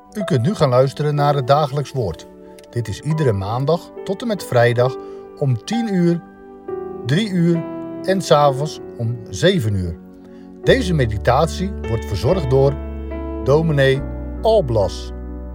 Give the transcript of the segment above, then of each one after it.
U kunt nu gaan luisteren naar het dagelijks woord. Dit is iedere maandag tot en met vrijdag om 10 uur, 3 uur en 's avonds om 7 uur. Deze meditatie wordt verzorgd door dominee Alblas.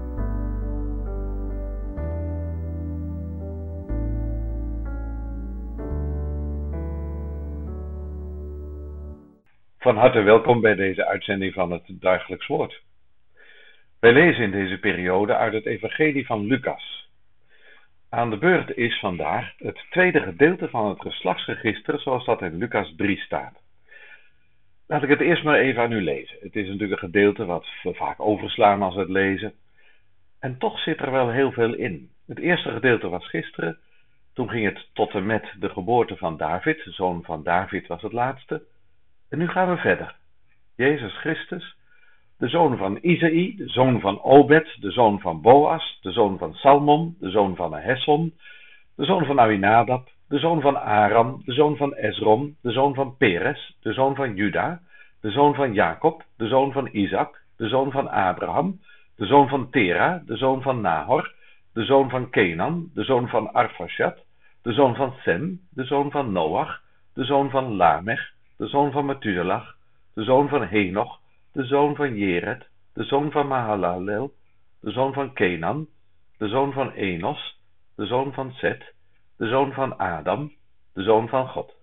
Van harte welkom bij deze uitzending van het Dagelijks Woord. Wij lezen in deze periode uit het Evangelie van Lucas. Aan de beurt is vandaag het tweede gedeelte van het geslachtsregister zoals dat in Lucas 3 staat. Laat ik het eerst maar even aan u lezen. Het is natuurlijk een gedeelte wat we vaak overslaan als we het lezen. En toch zit er wel heel veel in. Het eerste gedeelte was gisteren. Toen ging het tot en met de geboorte van David. De zoon van David was het laatste. En nu gaan we verder. Jezus Christus, de zoon van Isaï, de zoon van Obed, de zoon van Boas, de zoon van Salmon, de zoon van Hesson, de zoon van Aminadab, de zoon van Aram, de zoon van Esrom, de zoon van Peres, de zoon van Juda, de zoon van Jacob, de zoon van Isaac, de zoon van Abraham, de zoon van Tera, de zoon van Nahor, de zoon van Kenan, de zoon van Arfachat, de zoon van Sem, de zoon van Noach, de zoon van Lamech, de zoon van Methuselah, de zoon van Henoch, de zoon van Jered, de zoon van Mahalalel, de zoon van Kenan, de zoon van Enos, de zoon van Set, de zoon van Adam, de zoon van God.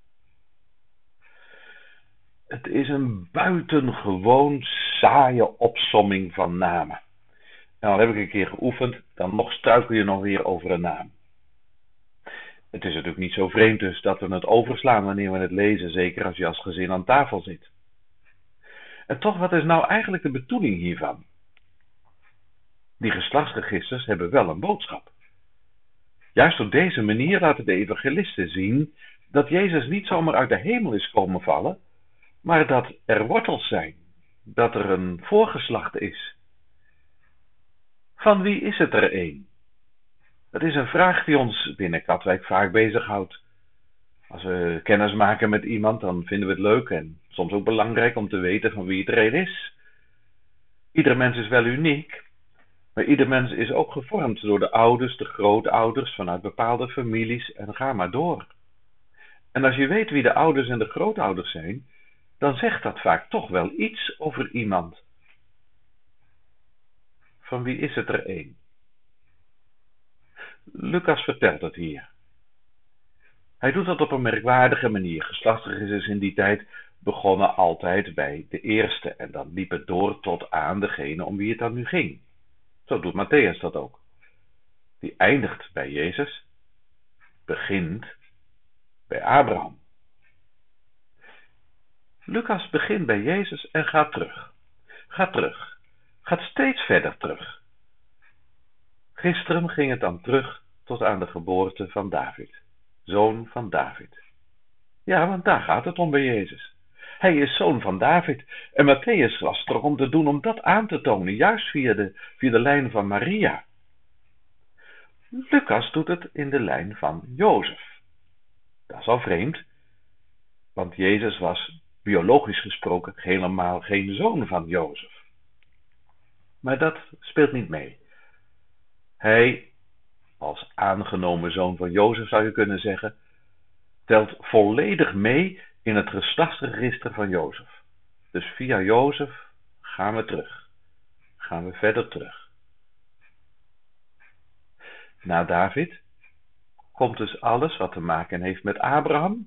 Het is een buitengewoon saaie opsomming van namen. En al heb ik een keer geoefend, dan nog struikel je nog weer over een naam. Het is natuurlijk niet zo vreemd dus dat we het overslaan wanneer we het lezen, zeker als je als gezin aan tafel zit. En toch, wat is nou eigenlijk de bedoeling hiervan? Die geslachtsregisters hebben wel een boodschap. Juist op deze manier laten de evangelisten zien dat Jezus niet zomaar uit de hemel is komen vallen, maar dat er wortels zijn, dat er een voorgeslacht is. Van wie is het er een? Dat is een vraag die ons binnen Katwijk vaak bezighoudt. Als we kennis maken met iemand, dan vinden we het leuk en soms ook belangrijk om te weten van wie het er een is. Ieder mens is wel uniek, maar ieder mens is ook gevormd door de ouders, de grootouders, vanuit bepaalde families en ga maar door. En als je weet wie de ouders en de grootouders zijn, dan zegt dat vaak toch wel iets over iemand. Van wie is het er een? Lucas vertelt het hier. Hij doet dat op een merkwaardige manier. Geslachtsregisters in die tijd begonnen altijd bij de eerste en dan liep het door tot aan degene om wie het dan nu ging. Zo doet Matthäus dat ook. Die eindigt bij Jezus, begint bij Abraham. Lucas begint bij Jezus en gaat terug. Gaat steeds verder terug. Gisteren ging het dan terug tot aan de geboorte van David, zoon van David. Ja, want daar gaat het om bij Jezus. Hij is zoon van David en Matthäus was er om te doen om dat aan te tonen, juist via de lijn van Maria. Lucas doet het in de lijn van Jozef. Dat is al vreemd, want Jezus was biologisch gesproken helemaal geen zoon van Jozef. Maar dat speelt niet mee. Hij, als aangenomen zoon van Jozef zou je kunnen zeggen, telt volledig mee in het geslachtsregister van Jozef. Dus via Jozef gaan we terug. Gaan we verder terug. Na David komt dus alles wat te maken heeft met Abraham.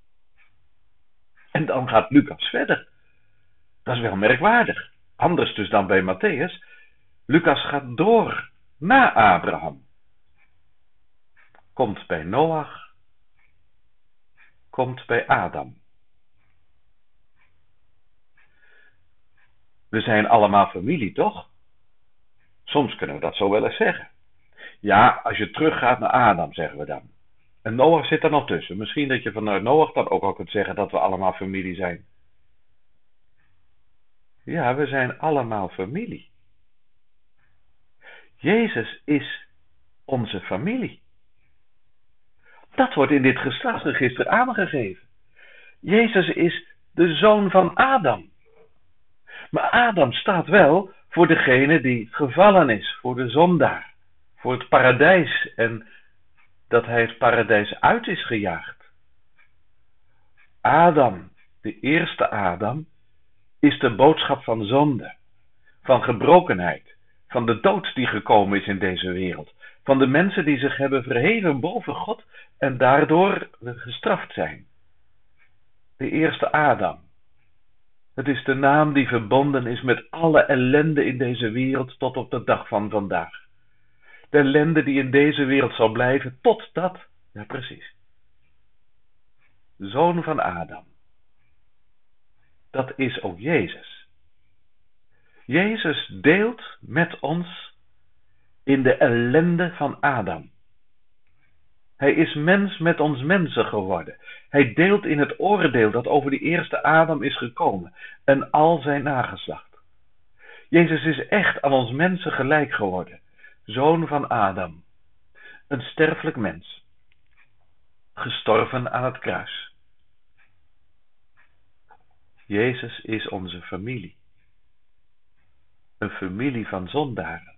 En dan gaat Lucas verder. Dat is wel merkwaardig. Anders dus dan bij Matthäus. Lucas gaat door na Abraham. Komt bij Noach. Komt bij Adam. We zijn allemaal familie, toch? Soms kunnen we dat zo wel eens zeggen. Ja, als je teruggaat naar Adam, zeggen we dan. En Noach zit er nog tussen. Misschien dat je vanuit Noach dan ook al kunt zeggen dat we allemaal familie zijn. Ja, we zijn allemaal familie. Jezus is onze familie. Dat wordt in dit geslachtsregister aangegeven. Jezus is de zoon van Adam. Maar Adam staat wel voor degene die gevallen is, voor de zondaar, voor het paradijs en dat hij het paradijs uit is gejaagd. Adam, de eerste Adam, is de boodschap van zonde, van gebrokenheid, van de dood die gekomen is in deze wereld, van de mensen die zich hebben verheven boven God en daardoor gestraft zijn. De eerste Adam. Het is de naam die verbonden is met alle ellende in deze wereld tot op de dag van vandaag. De ellende die in deze wereld zal blijven totdat, ja precies, zoon van Adam. Dat is ook Jezus. Jezus deelt met ons in de ellende van Adam. Hij is mens met ons mensen geworden. Hij deelt in het oordeel dat over die eerste Adam is gekomen en al zijn nageslacht. Jezus is echt aan ons mensen gelijk geworden. Zoon van Adam. Een sterfelijk mens. Gestorven aan het kruis. Jezus is onze familie. Een familie van zondaren.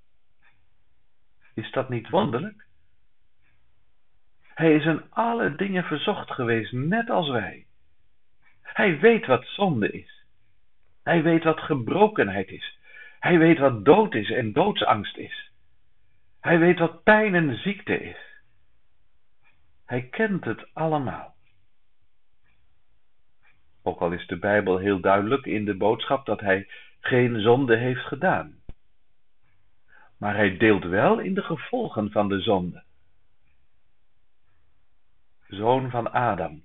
Is dat niet wonderlijk? Hij is in alle dingen verzocht geweest, net als wij. Hij weet wat zonde is. Hij weet wat gebrokenheid is. Hij weet wat dood is en doodsangst is. Hij weet wat pijn en ziekte is. Hij kent het allemaal. Ook al is de Bijbel heel duidelijk in de boodschap dat hij geen zonde heeft gedaan. Maar hij deelt wel in de gevolgen van de zonde. Zoon van Adam.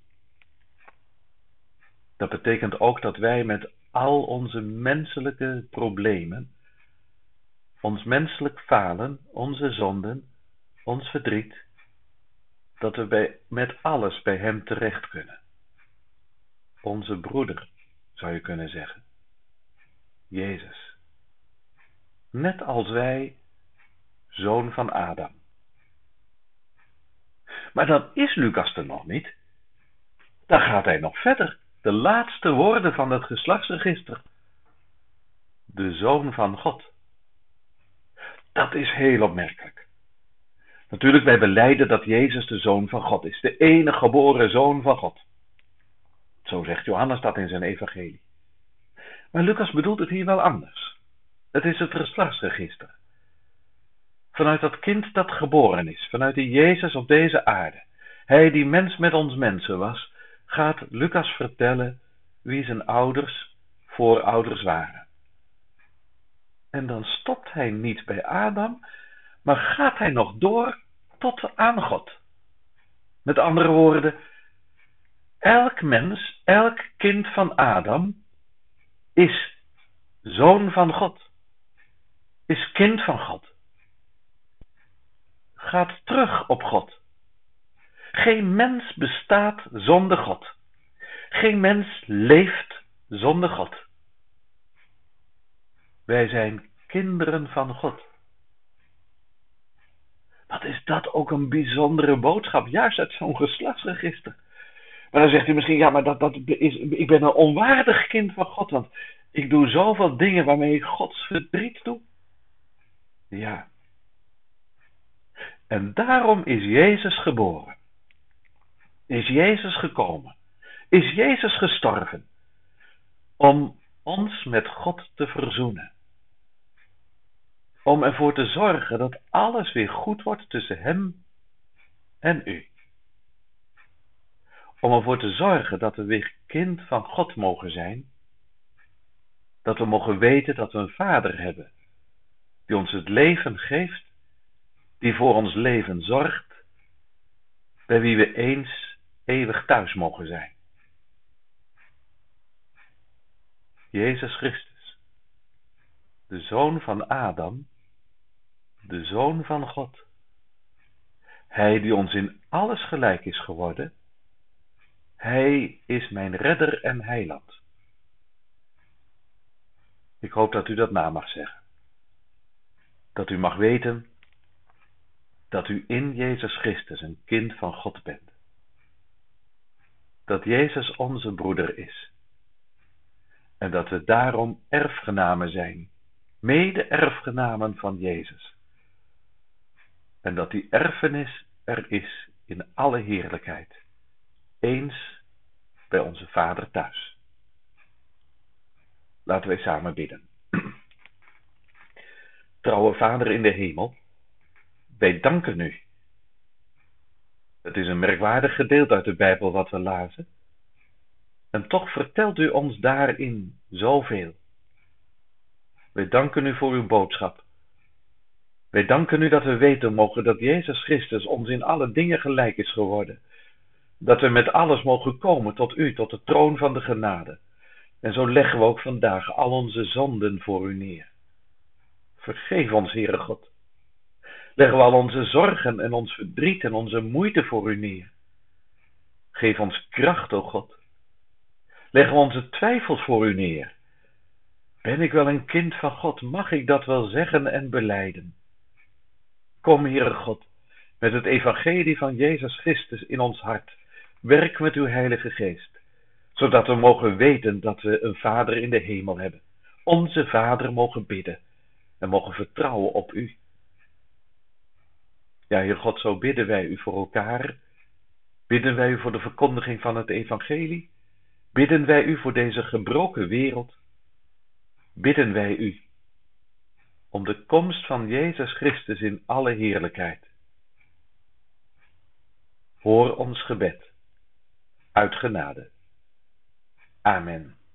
Dat betekent ook dat wij met al onze menselijke problemen, ons menselijk falen, onze zonden, ons verdriet, dat we met alles bij hem terecht kunnen. Onze broeder, zou je kunnen zeggen. Jezus. Net als wij, zoon van Adam. Maar dan is Lucas er nog niet. Dan gaat hij nog verder. De laatste woorden van het geslachtsregister. De Zoon van God. Dat is heel opmerkelijk. Natuurlijk, wij belijden dat Jezus de Zoon van God is. De enige geboren Zoon van God. Zo zegt Johannes dat in zijn evangelie. Maar Lucas bedoelt het hier wel anders. Het is het geslachtsregister. Vanuit dat kind dat geboren is, vanuit die Jezus op deze aarde, hij die mens met ons mensen was, gaat Lucas vertellen wie zijn ouders, voorouders waren. En dan stopt hij niet bij Adam, maar gaat hij nog door tot aan God. Met andere woorden, elk mens, elk kind van Adam is zoon van God, is kind van God. Gaat terug op God. Geen mens bestaat zonder God. Geen mens leeft zonder God. Wij zijn kinderen van God. Wat is dat ook een bijzondere boodschap, juist uit zo'n geslachtsregister. Maar dan zegt u misschien, ja, maar ik ben een onwaardig kind van God, want ik doe zoveel dingen waarmee ik Gods verdriet doe. Ja. En daarom is Jezus geboren. Is Jezus gekomen. Is Jezus gestorven. Om ons met God te verzoenen. Om ervoor te zorgen dat alles weer goed wordt tussen hem en u. Om ervoor te zorgen dat we weer kind van God mogen zijn. Dat we mogen weten dat we een Vader hebben. Die ons het leven geeft. Die voor ons leven zorgt. Bij wie we eens eeuwig thuis mogen zijn. Jezus Christus. De Zoon van Adam. De Zoon van God. Hij die ons in alles gelijk is geworden. Hij is mijn redder en heiland. Ik hoop dat u dat na mag zeggen. Dat u mag weten dat u in Jezus Christus een kind van God bent. Dat Jezus onze broeder is. En dat we daarom erfgenamen zijn mede-erfgenamen van Jezus. En dat die erfenis er is in alle heerlijkheid, eens bij onze Vader thuis. Laten wij samen bidden. Trouwe Vader in de hemel, wij danken u. Het is een merkwaardig gedeelte uit de Bijbel wat we lazen. En toch vertelt u ons daarin zoveel. Wij danken u voor uw boodschap. Wij danken u dat we weten mogen dat Jezus Christus ons in alle dingen gelijk is geworden. Dat we met alles mogen komen tot u, tot de troon van de genade. En zo leggen we ook vandaag al onze zonden voor u neer. Vergeef ons, Heere God. Leggen we al onze zorgen en ons verdriet en onze moeite voor u neer. Geef ons kracht, o God. Leggen we onze twijfels voor u neer. Ben ik wel een kind van God? Mag ik dat wel zeggen en belijden? Kom, Heere God, met het evangelie van Jezus Christus in ons hart. Werk met uw Heilige Geest, zodat we mogen weten dat we een Vader in de hemel hebben. Onze Vader mogen bidden en mogen vertrouwen op u. Ja, Heer God, zo bidden wij u voor elkaar. Bidden wij u voor de verkondiging van het evangelie. Bidden wij u voor deze gebroken wereld. Bidden wij u om de komst van Jezus Christus in alle heerlijkheid. Hoor ons gebed uit genade. Amen.